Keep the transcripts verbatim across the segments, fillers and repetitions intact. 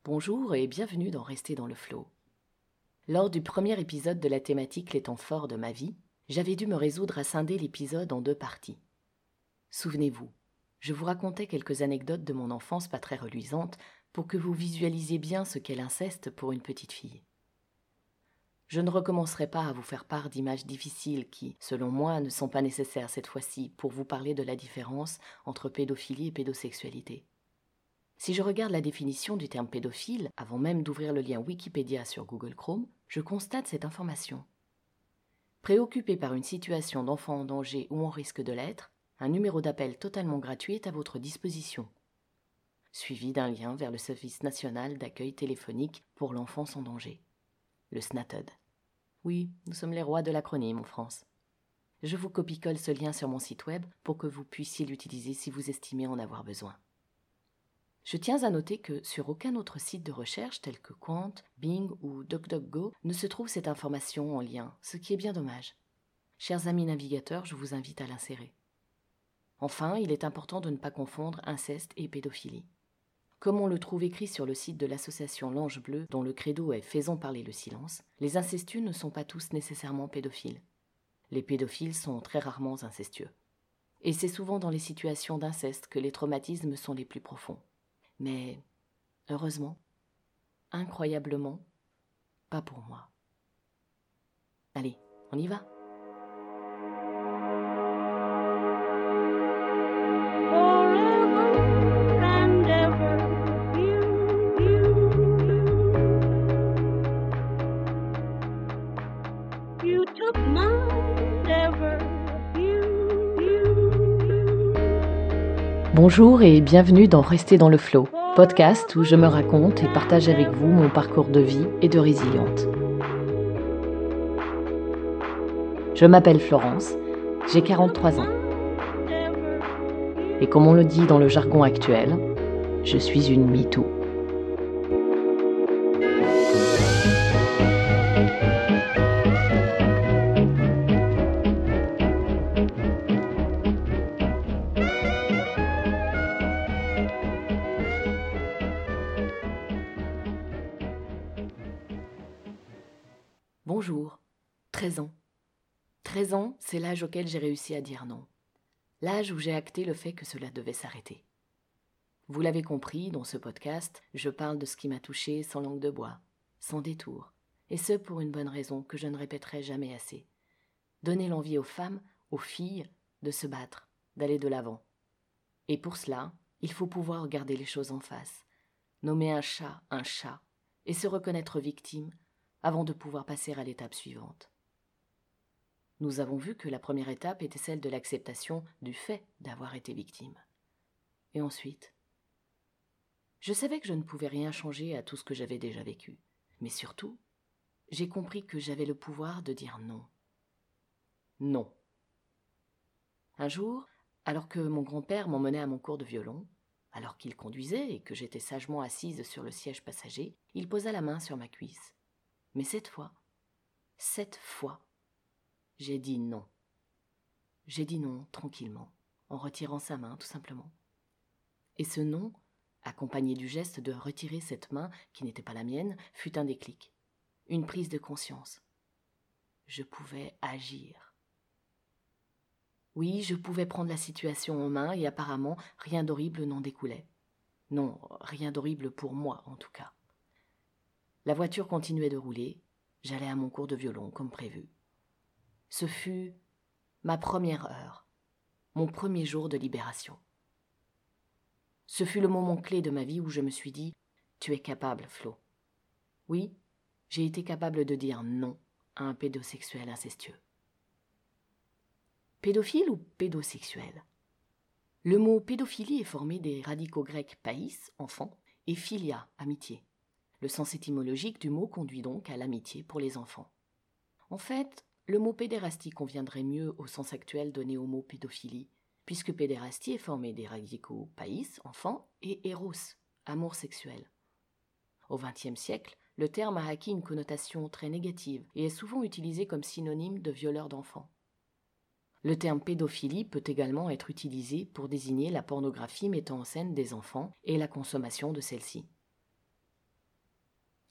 Bonjour et bienvenue dans Rester dans le Flow. Lors du premier épisode de la thématique Les temps forts de ma vie, j'avais dû me résoudre à scinder l'épisode en deux parties. Souvenez-vous, je vous racontais quelques anecdotes de mon enfance pas très reluisantes pour que vous visualisiez bien ce qu'est l'inceste pour une petite fille. Je ne recommencerai pas à vous faire part d'images difficiles qui, selon moi, ne sont pas nécessaires cette fois-ci pour vous parler de la différence entre pédophilie et pédosexualité. Si je regarde la définition du terme pédophile, avant même d'ouvrir le lien Wikipédia sur Google Chrome, je constate cette information. Préoccupé par une situation d'enfant en danger ou en risque de l'être, un numéro d'appel totalement gratuit est à votre disposition, suivi d'un lien vers le Service national d'accueil téléphonique pour l'enfance en danger, le S N A T E D. Oui, nous sommes les rois de l'acronyme en France. Je vous copie-colle ce lien sur mon site web pour que vous puissiez l'utiliser si vous estimez en avoir besoin. Je tiens à noter que sur aucun autre site de recherche tel que Qwant, Bing ou DuckDuckGo ne se trouve cette information en lien, ce qui est bien dommage. Chers amis navigateurs, je vous invite à l'insérer. Enfin, il est important de ne pas confondre inceste et pédophilie. Comme on le trouve écrit sur le site de l'association L'Ange Bleu, dont le credo est « Faisons parler le silence », les incestueux ne sont pas tous nécessairement pédophiles. Les pédophiles sont très rarement incestueux. Et c'est souvent dans les situations d'inceste que les traumatismes sont les plus profonds. Mais, heureusement, incroyablement, pas pour moi. Allez, on y va. Bonjour et bienvenue dans Rester dans le Flow, podcast où je me raconte et partage avec vous mon parcours de vie et de résiliente. Je m'appelle Florence, j'ai quarante-trois ans. Et comme on le dit dans le jargon actuel, je suis une MeToo. Bonjour, treize ans. treize ans, c'est l'âge auquel j'ai réussi à dire non. L'âge où j'ai acté le fait que cela devait s'arrêter. Vous l'avez compris, dans ce podcast, je parle de ce qui m'a touchée sans langue de bois, sans détour, et ce pour une bonne raison que je ne répéterai jamais assez. Donner l'envie aux femmes, aux filles, de se battre, d'aller de l'avant. Et pour cela, il faut pouvoir regarder les choses en face, nommer un chat un chat, et se reconnaître victime, avant de pouvoir passer à l'étape suivante. Nous avons vu que la première étape était celle de l'acceptation du fait d'avoir été victime. Et ensuite, je savais que je ne pouvais rien changer à tout ce que j'avais déjà vécu. Mais surtout, j'ai compris que j'avais le pouvoir de dire non. Non. Un jour, alors que mon grand-père m'emmenait à mon cours de violon, alors qu'il conduisait et que j'étais sagement assise sur le siège passager, il posa la main sur ma cuisse. Mais cette fois, cette fois, j'ai dit non. J'ai dit non, tranquillement, en retirant sa main, tout simplement. Et ce non, accompagné du geste de retirer cette main, qui n'était pas la mienne, fut un déclic, une prise de conscience. Je pouvais agir. Oui, je pouvais prendre la situation en main et apparemment, rien d'horrible n'en découlait. Non, rien d'horrible pour moi, en tout cas. La voiture continuait de rouler, j'allais à mon cours de violon, comme prévu. Ce fut ma première heure, mon premier jour de libération. Ce fut le moment clé de ma vie où je me suis dit « Tu es capable, Flo ». Oui, j'ai été capable de dire non à un pédosexuel incestueux. Pédophile ou pédosexuel ? Le mot pédophilie est formé des radicaux grecs païs, enfant, et philia, amitié. Le sens étymologique du mot conduit donc à l'amitié pour les enfants. En fait, le mot pédérastie conviendrait mieux au sens actuel donné au mot pédophilie, puisque pédérastie est formé des radicaux païs, enfant, et éros, amour sexuel. Au vingtième siècle, le terme a acquis une connotation très négative et est souvent utilisé comme synonyme de violeur d'enfants. Le terme pédophilie peut également être utilisé pour désigner la pornographie mettant en scène des enfants et la consommation de celle-ci.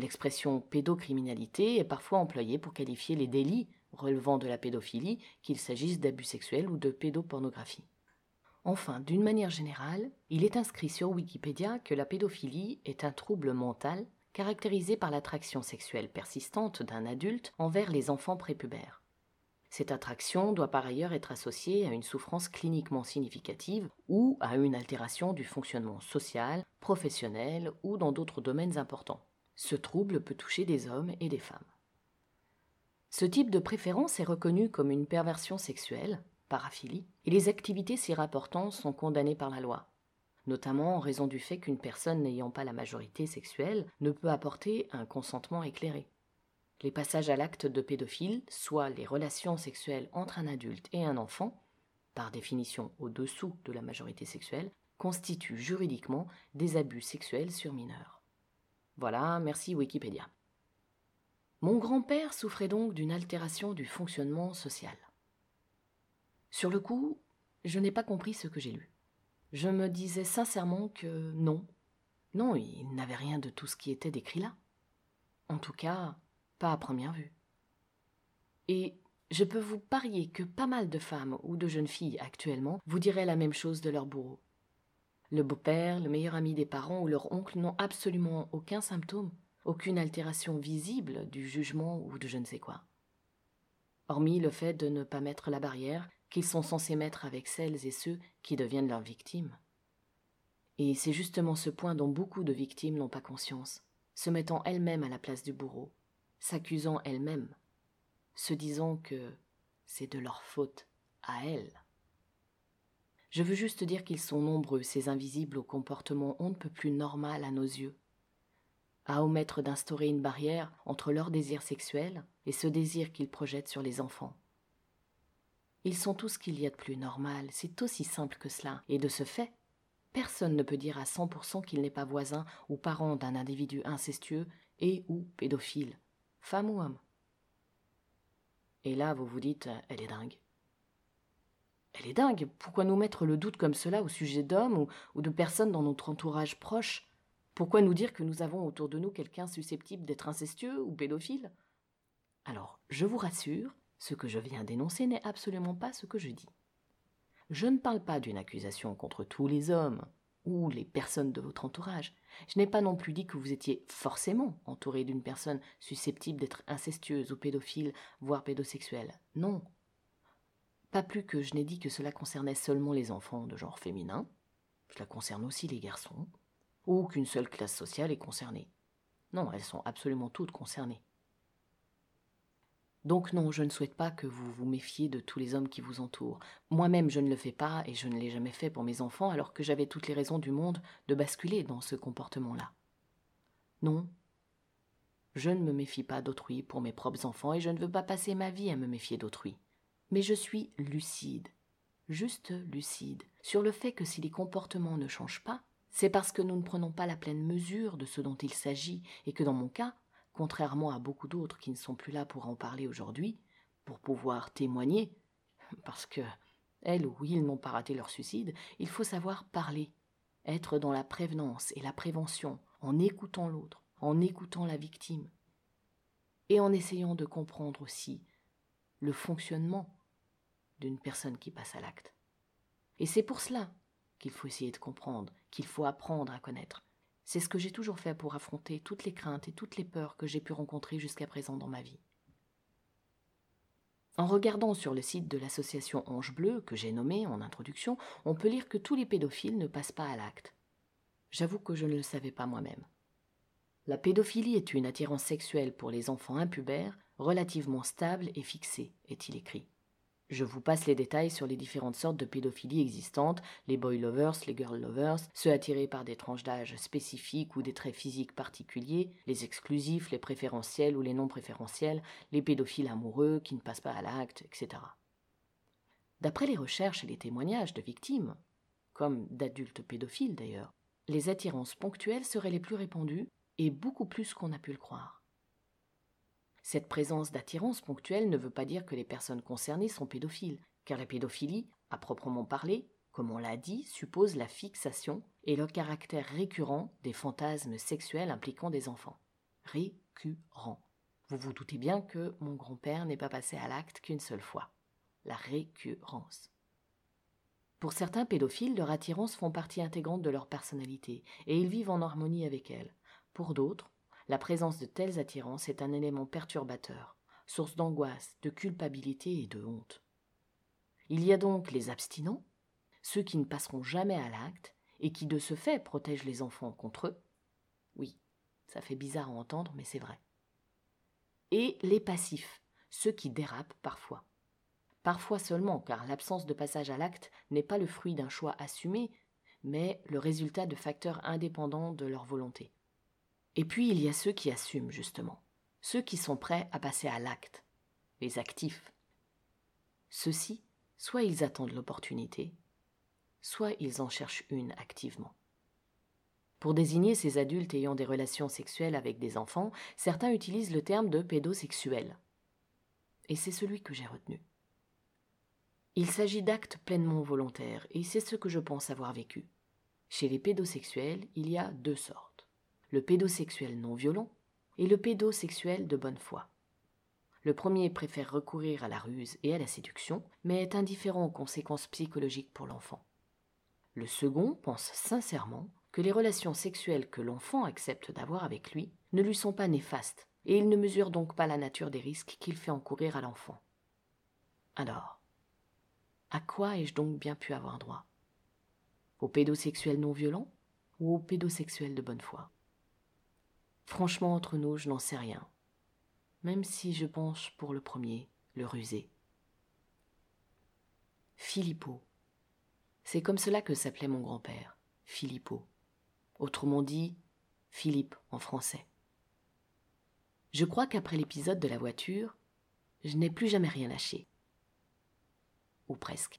L'expression pédocriminalité est parfois employée pour qualifier les délits relevant de la pédophilie, qu'il s'agisse d'abus sexuels ou de pédopornographie. Enfin, d'une manière générale, il est inscrit sur Wikipédia que la pédophilie est un trouble mental caractérisé par l'attraction sexuelle persistante d'un adulte envers les enfants prépubères. Cette attraction doit par ailleurs être associée à une souffrance cliniquement significative ou à une altération du fonctionnement social, professionnel ou dans d'autres domaines importants. Ce trouble peut toucher des hommes et des femmes. Ce type de préférence est reconnu comme une perversion sexuelle, paraphilie, et les activités s'y rapportant sont condamnées par la loi, notamment en raison du fait qu'une personne n'ayant pas la majorité sexuelle ne peut apporter un consentement éclairé. Les passages à l'acte de pédophile, soit les relations sexuelles entre un adulte et un enfant, par définition au-dessous de la majorité sexuelle, constituent juridiquement des abus sexuels sur mineurs. Voilà, merci Wikipédia. Mon grand-père souffrait donc d'une altération du fonctionnement social. Sur le coup, je n'ai pas compris ce que j'ai lu. Je me disais sincèrement que non, non, il n'avait rien de tout ce qui était décrit là. En tout cas, pas à première vue. Et je peux vous parier que pas mal de femmes ou de jeunes filles actuellement vous diraient la même chose de leur bourreau. Le beau-père, le meilleur ami des parents ou leur oncle n'ont absolument aucun symptôme, aucune altération visible du jugement ou de je ne sais quoi. Hormis le fait de ne pas mettre la barrière qu'ils sont censés mettre avec celles et ceux qui deviennent leurs victimes. Et c'est justement ce point dont beaucoup de victimes n'ont pas conscience, se mettant elles-mêmes à la place du bourreau, s'accusant elles-mêmes, se disant que c'est de leur faute à elles. Je veux juste dire qu'ils sont nombreux, ces invisibles au comportement on ne peut plus normal à nos yeux, à omettre d'instaurer une barrière entre leur désir sexuel et ce désir qu'ils projettent sur les enfants. Ils sont tout ce qu'il y a de plus normal, c'est aussi simple que cela, et de ce fait, personne ne peut dire à cent pour cent qu'il n'est pas voisin ou parent d'un individu incestueux et ou pédophile, femme ou homme. Et là, vous vous dites, elle est dingue. Elle est dingue, pourquoi nous mettre le doute comme cela au sujet d'hommes ou, ou de personnes dans notre entourage proche? Pourquoi nous dire que nous avons autour de nous quelqu'un susceptible d'être incestueux ou pédophile? Alors, je vous rassure, ce que je viens d'énoncer n'est absolument pas ce que je dis. Je ne parle pas d'une accusation contre tous les hommes ou les personnes de votre entourage. Je n'ai pas non plus dit que vous étiez forcément entouré d'une personne susceptible d'être incestueuse ou pédophile, voire pédosexuelle. Non. Pas plus que je n'ai dit que cela concernait seulement les enfants de genre féminin, cela concerne aussi les garçons, ou qu'une seule classe sociale est concernée. Non, elles sont absolument toutes concernées. Donc non, je ne souhaite pas que vous vous méfiez de tous les hommes qui vous entourent. Moi-même, je ne le fais pas et je ne l'ai jamais fait pour mes enfants alors que j'avais toutes les raisons du monde de basculer dans ce comportement-là. Non, je ne me méfie pas d'autrui pour mes propres enfants et je ne veux pas passer ma vie à me méfier d'autrui. Mais je suis lucide, juste lucide, sur le fait que si les comportements ne changent pas, c'est parce que nous ne prenons pas la pleine mesure de ce dont il s'agit et que dans mon cas, contrairement à beaucoup d'autres qui ne sont plus là pour en parler aujourd'hui, pour pouvoir témoigner, parce que elles ou ils n'ont pas raté leur suicide, il faut savoir parler, être dans la prévenance et la prévention, en écoutant l'autre, en écoutant la victime, et en essayant de comprendre aussi le fonctionnement d'une personne qui passe à l'acte. Et c'est pour cela qu'il faut essayer de comprendre, qu'il faut apprendre à connaître. C'est ce que j'ai toujours fait pour affronter toutes les craintes et toutes les peurs que j'ai pu rencontrer jusqu'à présent dans ma vie. En regardant sur le site de l'association Ange Bleu, que j'ai nommé en introduction, on peut lire que tous les pédophiles ne passent pas à l'acte. J'avoue que je ne le savais pas moi-même. La pédophilie est une attirance sexuelle pour les enfants impubères, relativement stable et fixée, est-il écrit. Je vous passe les détails sur les différentes sortes de pédophilie existantes, les boy lovers, les girl lovers, ceux attirés par des tranches d'âge spécifiques ou des traits physiques particuliers, les exclusifs, les préférentiels ou les non préférentiels, les pédophiles amoureux qui ne passent pas à l'acte, et cetera. D'après les recherches et les témoignages de victimes, comme d'adultes pédophiles d'ailleurs, les attirances ponctuelles seraient les plus répandues et beaucoup plus qu'on a pu le croire. Cette présence d'attirance ponctuelle ne veut pas dire que les personnes concernées sont pédophiles, car la pédophilie, à proprement parler, comme on l'a dit, suppose la fixation et le caractère récurrent des fantasmes sexuels impliquant des enfants. récurrent. Vous vous doutez bien que mon grand-père n'est pas passé à l'acte qu'une seule fois. La récurrence. Pour certains pédophiles, leurs attirances font partie intégrante de leur personnalité et ils vivent en harmonie avec elles. Pour d'autres, la présence de telles attirances est un élément perturbateur, source d'angoisse, de culpabilité et de honte. Il y a donc les abstinents, ceux qui ne passeront jamais à l'acte et qui de ce fait protègent les enfants contre eux. Oui, ça fait bizarre à entendre, mais c'est vrai. Et les passifs, ceux qui dérapent parfois. Parfois seulement, car l'absence de passage à l'acte n'est pas le fruit d'un choix assumé, mais le résultat de facteurs indépendants de leur volonté. Et puis il y a ceux qui assument, justement, ceux qui sont prêts à passer à l'acte, les actifs. Ceux-ci, soit ils attendent l'opportunité, soit ils en cherchent une activement. Pour désigner ces adultes ayant des relations sexuelles avec des enfants, certains utilisent le terme de pédosexuel. Et c'est celui que j'ai retenu. Il s'agit d'actes pleinement volontaires, et c'est ce que je pense avoir vécu. Chez les pédosexuels, il y a deux sortes. Le pédosexuel non violent et le pédosexuel de bonne foi. Le premier préfère recourir à la ruse et à la séduction, mais est indifférent aux conséquences psychologiques pour l'enfant. Le second pense sincèrement que les relations sexuelles que l'enfant accepte d'avoir avec lui ne lui sont pas néfastes, et il ne mesure donc pas la nature des risques qu'il fait encourir à l'enfant. Alors, à quoi ai-je donc bien pu avoir droit? Au pédosexuel non violent ou au pédosexuel de bonne foi? Franchement, entre nous, je n'en sais rien, même si je penche pour le premier, le rusé. Philippot. C'est comme cela que s'appelait mon grand-père, Philippot. Autrement dit, Philippe en français. Je crois qu'après l'épisode de la voiture, je n'ai plus jamais rien lâché. Ou presque.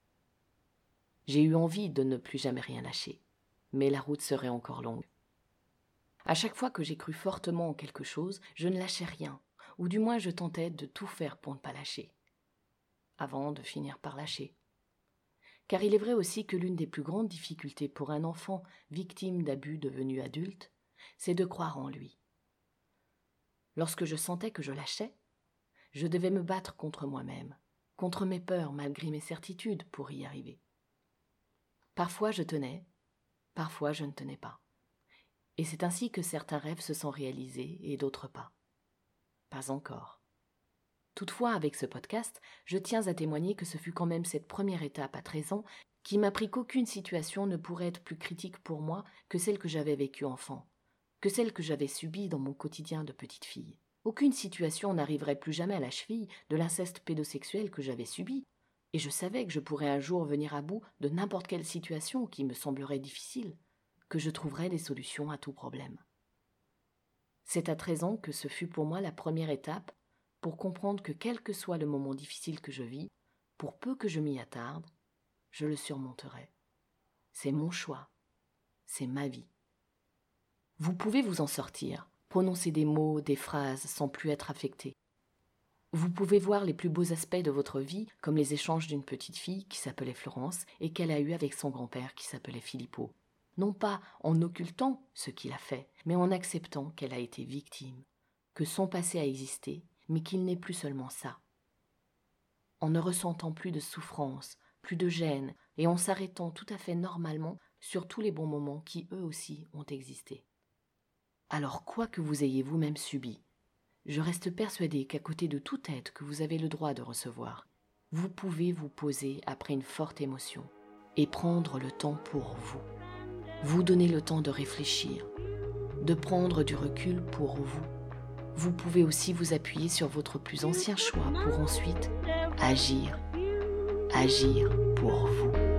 J'ai eu envie de ne plus jamais rien lâcher, mais la route serait encore longue. À chaque fois que j'ai cru fortement en quelque chose, je ne lâchais rien, ou du moins je tentais de tout faire pour ne pas lâcher, avant de finir par lâcher. Car il est vrai aussi que l'une des plus grandes difficultés pour un enfant victime d'abus devenu adulte, c'est de croire en lui. Lorsque je sentais que je lâchais, je devais me battre contre moi-même, contre mes peurs malgré mes certitudes pour y arriver. Parfois je tenais, parfois je ne tenais pas. Et c'est ainsi que certains rêves se sont réalisés et d'autres pas. Pas encore. Toutefois, avec ce podcast, je tiens à témoigner que ce fut quand même cette première étape à treize ans qui m'apprit qu'aucune situation ne pourrait être plus critique pour moi que celle que j'avais vécue enfant, que celle que j'avais subie dans mon quotidien de petite fille. Aucune situation n'arriverait plus jamais à la cheville de l'inceste pédosexuel que j'avais subi, et je savais que je pourrais un jour venir à bout de n'importe quelle situation qui me semblerait difficile, que je trouverais des solutions à tout problème. C'est à treize ans que ce fut pour moi la première étape pour comprendre que quel que soit le moment difficile que je vis, pour peu que je m'y attarde, je le surmonterai. C'est mon choix, c'est ma vie. Vous pouvez vous en sortir, prononcer des mots, des phrases sans plus être affecté. Vous pouvez voir les plus beaux aspects de votre vie, comme les échanges d'une petite fille qui s'appelait Florence et qu'elle a eu avec son grand-père qui s'appelait Philippot. Non pas en occultant ce qu'il a fait, mais en acceptant qu'elle a été victime, que son passé a existé, mais qu'il n'est plus seulement ça. En ne ressentant plus de souffrance, plus de gêne, et en s'arrêtant tout à fait normalement sur tous les bons moments qui eux aussi ont existé. Alors quoi que vous ayez vous-même subi, je reste persuadée qu'à côté de toute aide que vous avez le droit de recevoir, vous pouvez vous poser après une forte émotion et prendre le temps pour vous. Vous donner le temps de réfléchir, de prendre du recul pour vous. Vous pouvez aussi vous appuyer sur votre plus ancien choix pour ensuite agir, agir pour vous.